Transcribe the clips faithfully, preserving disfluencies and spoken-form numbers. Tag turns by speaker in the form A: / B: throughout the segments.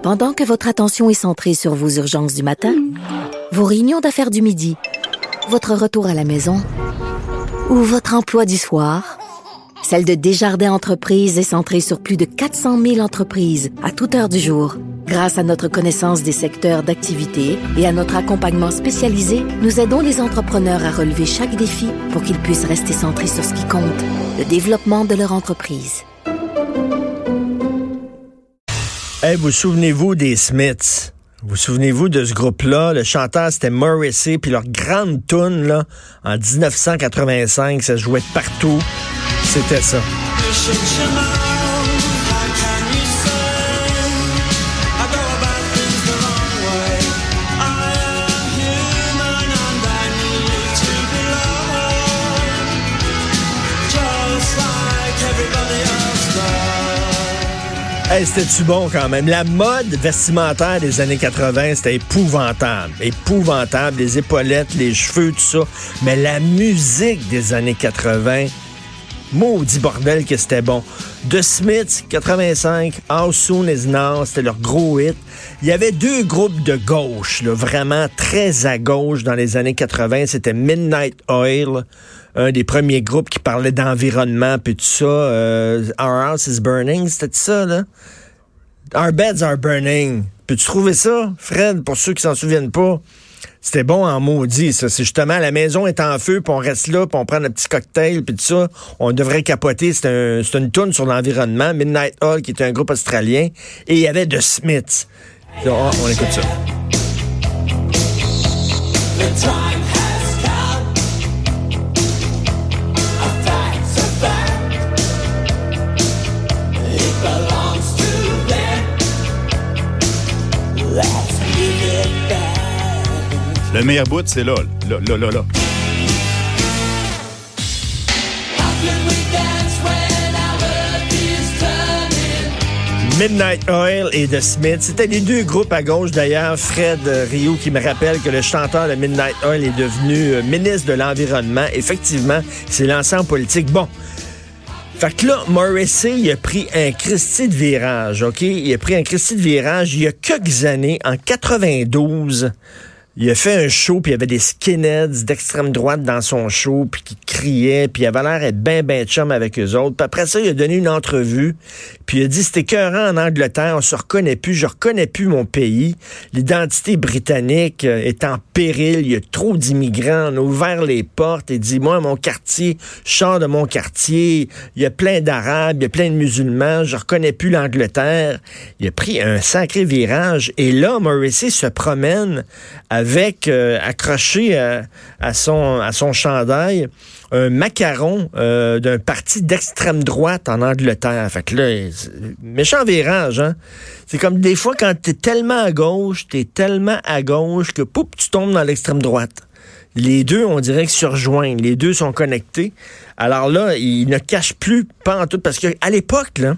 A: Pendant que votre attention est centrée sur vos urgences du matin, vos réunions d'affaires du midi, votre retour à la maison ou votre emploi du soir, celle de Desjardins Entreprises est centrée sur plus de quatre cent mille entreprises à toute heure du jour. Grâce à notre connaissance des secteurs d'activité et à notre accompagnement spécialisé, nous aidons les entrepreneurs à relever chaque défi pour qu'ils puissent rester centrés sur ce qui compte, le développement de leur entreprise.
B: Hey, vous souvenez-vous des Smiths? Vous souvenez-vous de ce groupe-là? Le chanteur, c'était Morrissey, puis leur grande tune, là, en dix-neuf cent quatre-vingt-cinq, ça se jouait de partout. C'était ça. Hey, c'était-tu bon quand même? La mode vestimentaire des années quatre-vingt, c'était épouvantable. Épouvantable, les épaulettes, les cheveux, tout ça. Mais la musique des années quatre-vingt, maudit bordel que c'était bon. The Smiths, quatre-vingt-cinq, How Soon Is Now, c'était leur gros hit. Il y avait deux groupes de gauche, là, vraiment très à gauche dans les années quatre-vingt. C'était Midnight Oil, un des premiers groupes qui parlait d'environnement, puis tout ça. Euh, Our House is Burning, c'était ça, là? Our Beds Are Burning. Peux-tu trouver ça, Fred, pour ceux qui s'en souviennent pas? C'était bon en maudit, ça. C'est justement, la maison est en feu, puis on reste là, puis on prend un petit cocktail, puis tout ça. On devrait capoter. C'est un, c'est une toune sur l'environnement. Midnight Oil, qui était un groupe australien. Et il y avait The Smiths. On, on écoute ça.
C: Le meilleur bout, c'est là, là, là, là, là.
B: Midnight Oil et The Smiths. C'était les deux groupes à gauche, d'ailleurs. Fred Rio qui me rappelle que le chanteur de Midnight Oil est devenu ministre de l'Environnement. Effectivement, il s'est lancé en politique. Bon. Fait que là, Morrissey, il a pris un Christy de virage, OK? Il a pris un Christy de virage il y a quelques années, en quatre-vingt-douze. Il a fait un show, puis il y avait des skinheads d'extrême droite dans son show, puis qui criaient, puis il avait l'air d'être ben, ben chum avec eux autres. Puis après ça, il a donné une entrevue, puis il a dit, c'était écœurant en Angleterre, on se reconnaît plus, je reconnais plus mon pays. L'identité britannique est en péril, il y a trop d'immigrants, on a ouvert les portes, et dit, moi, mon quartier, je sors de mon quartier, il y a plein d'Arabes, il y a plein de musulmans, je reconnais plus l'Angleterre. Il a pris un sacré virage, et là, Morrissey se promène avec avec euh, accroché à, à son à son chandail un macaron euh, d'un parti d'extrême droite en Angleterre. Fait que là, méchant virage, hein? C'est comme des fois quand t'es tellement à gauche, t'es tellement à gauche que poup, tu tombes dans l'extrême droite. Les deux, on dirait que se rejoignent. Les deux sont connectés. Alors là, il ne cache plus pas en tout, parce qu'à l'époque, là,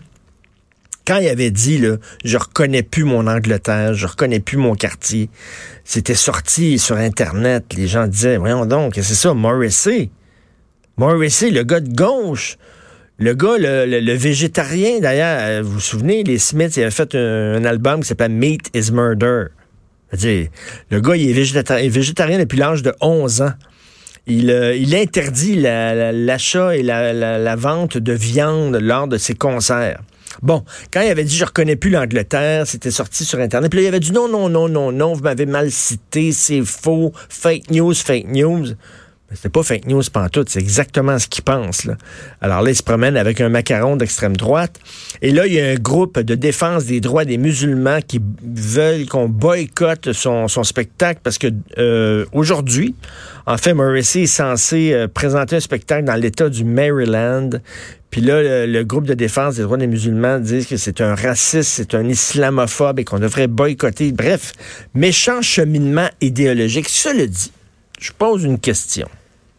B: quand il avait dit, là, je reconnais plus mon Angleterre, je reconnais plus mon quartier, c'était sorti sur Internet. Les gens disaient, voyons donc, c'est ça, Morrissey. Morrissey, le gars de gauche. Le gars, le, le, le végétarien, d'ailleurs, vous vous souvenez, les Smiths, ils avaient fait un, un album qui s'appelait Meat is Murder. C'est-à-dire, le gars, il est végétarien, végétarien depuis l'âge de onze ans. Il, euh, il interdit la, la, l'achat et la, la, la vente de viande lors de ses concerts. Bon, quand il avait dit « je reconnais plus l'Angleterre », c'était sorti sur Internet. Puis là, il avait dit « non, non, non, non, non, vous m'avez mal cité, c'est faux, fake news, fake news ». C'était pas fake news pantoute, c'est exactement ce qu'il pense, là. Alors là, il se promène avec un macaron d'extrême droite. Et là, il y a un groupe de défense des droits des musulmans qui veulent qu'on boycotte son, son spectacle parce que euh, aujourd'hui, en fait, Morrissey est censé euh, présenter un spectacle dans l'État du Maryland. Puis là, le, le groupe de défense des droits des musulmans disent que c'est un raciste, c'est un islamophobe et qu'on devrait boycotter. Bref, méchant cheminement idéologique. Cela dit, je pose une question.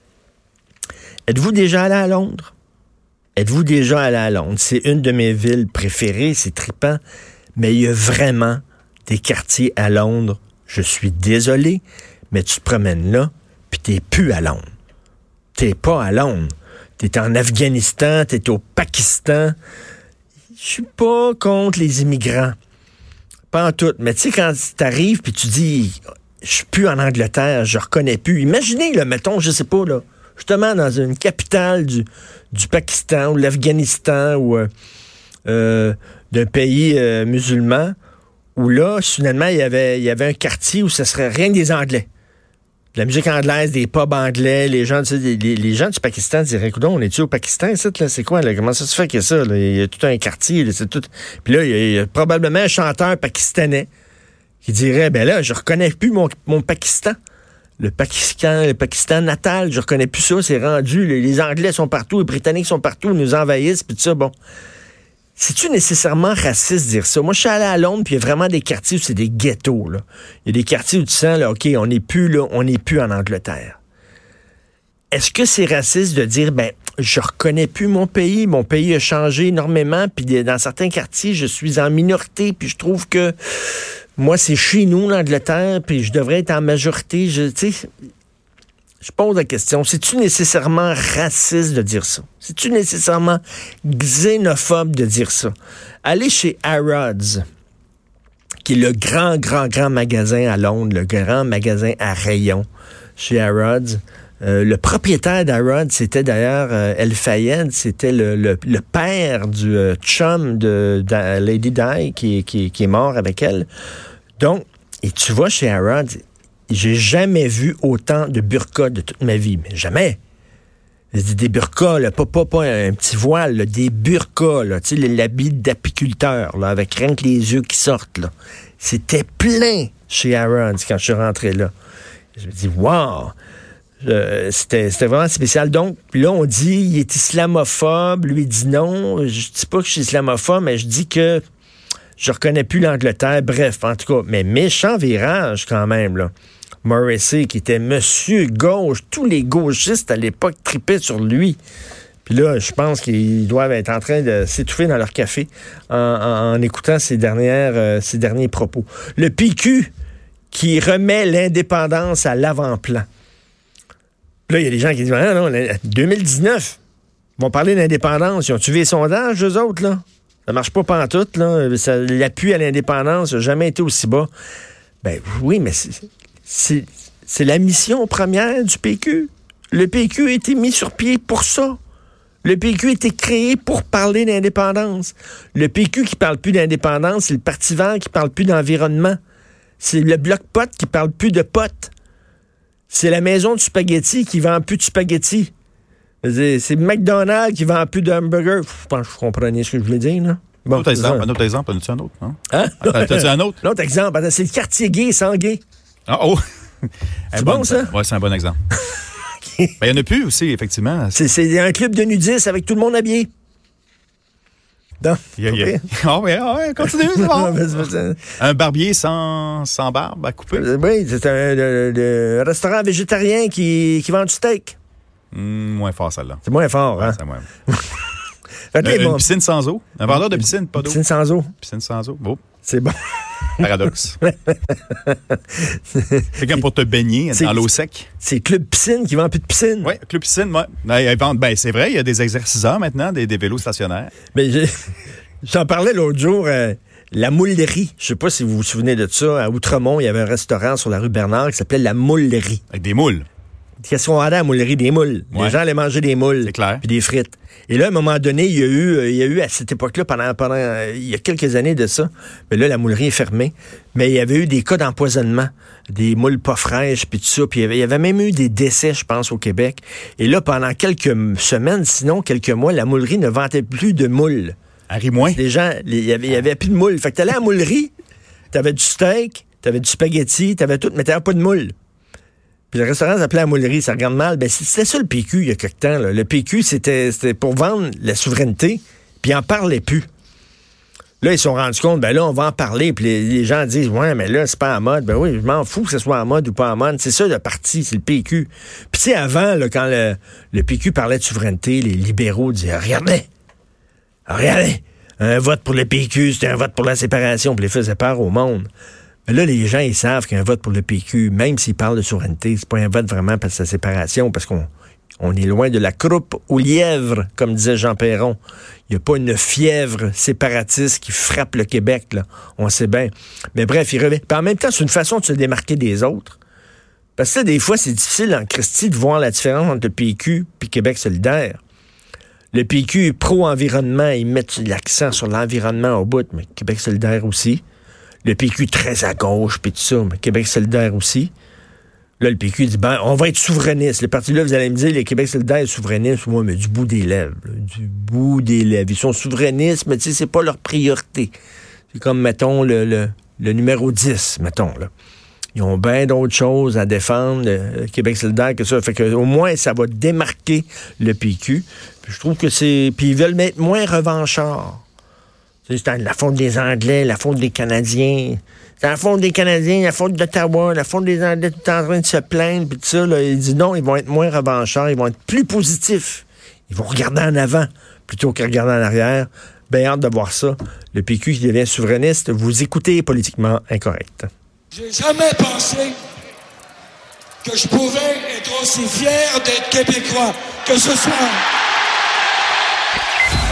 B: Êtes-vous déjà allé à Londres? Êtes-vous déjà allé à Londres? C'est une de mes villes préférées, c'est trippant, mais il y a vraiment des quartiers à Londres. Je suis désolé, mais tu te promènes là, puis t'es plus à Londres. T'es pas à Londres. T'es en Afghanistan, t'es au Pakistan. Je suis pas contre les immigrants. pas en tout. Mais tu sais, quand t'arrives puis tu dis, je suis plus en Angleterre, je reconnais plus. Imaginez, là, mettons, je sais pas, là, justement dans une capitale du, du Pakistan ou l'Afghanistan ou euh, euh, d'un pays euh, musulman, où là, finalement, il y avait, il y avait un quartier où ce serait rien que des Anglais. De la musique anglaise, des pubs anglais, les gens, tu sais, les, les gens du Pakistan diraient, écoute, on est-tu au Pakistan, ça, là, c'est quoi, là? Comment ça se fait que ça, là? Il y a tout un quartier, là, c'est tout. Puis là, il y, a, il y a probablement un chanteur pakistanais qui dirait, ben là, je reconnais plus mon, mon Pakistan. Le Pakistan, le Pakistan natal, je reconnais plus ça, c'est rendu, les, les Anglais sont partout, les Britanniques sont partout, ils nous envahissent, puis tout ça, bon. C'est-tu nécessairement raciste de dire ça? Moi, je suis allé à Londres, puis il y a vraiment des quartiers où c'est des ghettos, là. Il y a des quartiers où tu sens, là, OK, on n'est plus, là, on n'est plus en Angleterre. Est-ce que c'est raciste de dire, ben, je reconnais plus mon pays, mon pays a changé énormément, puis dans certains quartiers, je suis en minorité, puis je trouve que moi, c'est chez nous, l'Angleterre, puis je devrais être en majorité. Je, tu sais, je pose la question, c'est-tu nécessairement raciste de dire ça? C'est-tu nécessairement xénophobe de dire ça? Allez chez Harrods, qui est le grand, grand, grand magasin à Londres, le grand magasin à rayons chez Harrods. Euh, le propriétaire d'Harrods, c'était d'ailleurs euh, El Fayed, c'était le, le, le père du euh, chum de, de Lady Di, qui, qui, qui est mort avec elle. Donc, et tu vas chez Harrods, j'ai jamais vu autant de burqas de toute ma vie, mais jamais. Des burqas, là, pas, pas, pas un petit voile, là, des burqas, là, tu sais, l'habit d'apiculteur, là, avec rien que les yeux qui sortent, là. C'était plein chez Harrods quand je suis rentré là. Je me dis, wow! Euh, c'était, c'était vraiment spécial. Donc, là, on dit, il est islamophobe, lui dit non. Je dis pas que je suis islamophobe, mais je dis que je reconnais plus l'Angleterre. Bref, en tout cas, mais méchant virage quand même, là. Morrissey, qui était monsieur gauche, tous les gauchistes à l'époque tripaient sur lui. Puis là, je pense qu'ils doivent être en train de s'étouffer dans leur café en, en, en écoutant ses, dernières, euh, ses derniers propos. Le P Q qui remet l'indépendance à l'avant-plan. Là, il y a des gens qui disent, ah non, deux mille dix-neuf, ils vont parler d'indépendance. Ils ont tué les sondages, eux autres, là? Ça marche pas pantoute, là. Ça, l'appui à l'indépendance n'a jamais été aussi bas. Ben oui, mais c'est, c'est, c'est la mission première du P Q. Le P Q a été mis sur pied pour ça. Le P Q a été créé pour parler d'indépendance. Le P Q qui parle plus d'indépendance, c'est le Parti vert qui parle plus d'environnement. C'est le Bloc pot qui parle plus de potes. C'est la maison du spaghetti qui vend plus de spaghetti. C'est McDonald's qui vend plus de hamburgers. Je pense que vous comprenez ce que je voulais dire, là. Bon,
C: un autre exemple, un autre exemple, as-tu un autre, non?
B: Hein?
C: T'as-tu un autre?
B: L'autre exemple, attends, c'est le quartier gay sans gay.
C: Ah, oh!
B: C'est bon, ça?
C: Oui, c'est un bon exemple. Okay. Ben, il n'y en a plus aussi, effectivement.
B: C'est, c'est un club de nudistes avec tout le monde habillé. Donc,
C: yeah, yeah. Oh, ouais, oh, ouais, continue, c'est bon. Un barbier sans, sans barbe à couper.
B: Oui, c'est un le, le restaurant végétarien qui, qui vend du steak.
C: Mmh, moins fort, celle-là.
B: C'est moins fort, hein?
C: Ouais, c'est moins. Okay, une bon. Piscine sans eau. Un vendeur de piscine, pas d'eau.
B: Piscine sans eau.
C: Piscine sans eau. Bon.
B: C'est bon.
C: Paradoxe. C'est comme pour te baigner c'est, dans l'eau sec.
B: C'est Club Piscine qui vend plus de piscine.
C: Oui, Club Piscine, moi. Ben, c'est vrai, il y a des exerciceurs maintenant, des, des vélos stationnaires.
B: Mais j'ai, j'en parlais l'autre jour, euh, la Moulerie. Je sais pas si vous vous souvenez de ça. À Outremont, il y avait un restaurant sur la rue Bernard qui s'appelait la Moulerie.
C: Avec des moules.
B: Qu'est-ce qu'on a à la Moulerie? Des moules. Ouais. Les gens allaient manger des moules.
C: C'est clair.
B: Puis des frites. Et là, à un moment donné, il y a eu, il y a eu à cette époque-là, pendant, pendant, il y a quelques années de ça, mais là, la moulerie est fermée, mais il y avait eu des cas d'empoisonnement, des moules pas fraîches, puis tout ça, puis il y avait, il y avait même eu des décès, je pense, au Québec. Et là, pendant quelques semaines, sinon quelques mois, la moulerie ne vendait plus de moules.
C: Harry moins.
B: Les gens, il y avait, il y avait plus de moules. Fait que t'allais à la moulerie, t'avais du steak, t'avais du spaghetti, t'avais tout, mais t'avais pas de moules. Puis le restaurant s'appelait la Moulerie, ça regarde mal. Ben, c'était ça le P Q il y a quelque temps. Là. Le P Q, c'était, c'était pour vendre la souveraineté, puis ils n'en parlaient plus. Là, ils se sont rendus compte, ben là, on va en parler, puis les, les gens disent, ouais, mais là, c'est pas en mode. Ben oui, je m'en fous que ce soit en mode ou pas en mode. C'est ça le parti, c'est le P Q. Puis tu sais, avant, là, quand le, le P Q parlait de souveraineté, les libéraux disaient, regardez, regardez, un vote pour le P Q, c'était un vote pour la séparation, puis les faisaient peur au monde. Mais là, les gens, ils savent qu'un vote pour le P Q, même s'ils parlent de souveraineté, c'est pas un vote vraiment pour sa séparation, parce qu'on On est loin de la croupe au lièvre, comme disait Jean Perron. Il n'y a pas une fièvre séparatiste qui frappe le Québec, là. On sait bien. Mais bref, il revient. Puis en même temps, c'est une façon de se démarquer des autres. Parce que là, des fois, c'est difficile en Christie de voir la différence entre le P Q et Québec solidaire. Le P Q est pro-environnement, ils mettent l'accent sur l'environnement au bout, mais Québec solidaire aussi. Le P Q très à gauche, puis tout ça, mais Québec solidaire aussi. Là, le P Q dit, ben, on va être souverainiste. Le parti là, vous allez me dire, le Québec solidaire est souverainiste. Moi, mais du bout des lèvres. Là, du bout des lèvres. Ils sont souverainistes, mais tu sais, c'est pas leur priorité. C'est comme, mettons, le, le, le numéro dix, mettons, là. Ils ont bien d'autres choses à défendre, le Québec solidaire, que ça. Fait que, au moins, ça va démarquer le P Q. Puis je trouve que c'est... Puis ils veulent mettre moins revanchards. C'est la faute des Anglais, la faute des Canadiens. C'est la faute des Canadiens, la faute d'Ottawa, la faute des Anglais tout en train de se plaindre, puis tout ça. Là, il dit non, ils vont être moins revanchards, ils vont être plus positifs. Ils vont regarder en avant plutôt que regarder en arrière. Bien hâte de voir ça. Le P Q qui devient souverainiste, vous écoutez Politiquement Incorrect.
D: J'ai jamais pensé que je pouvais être aussi fier d'être Québécois que ce soir.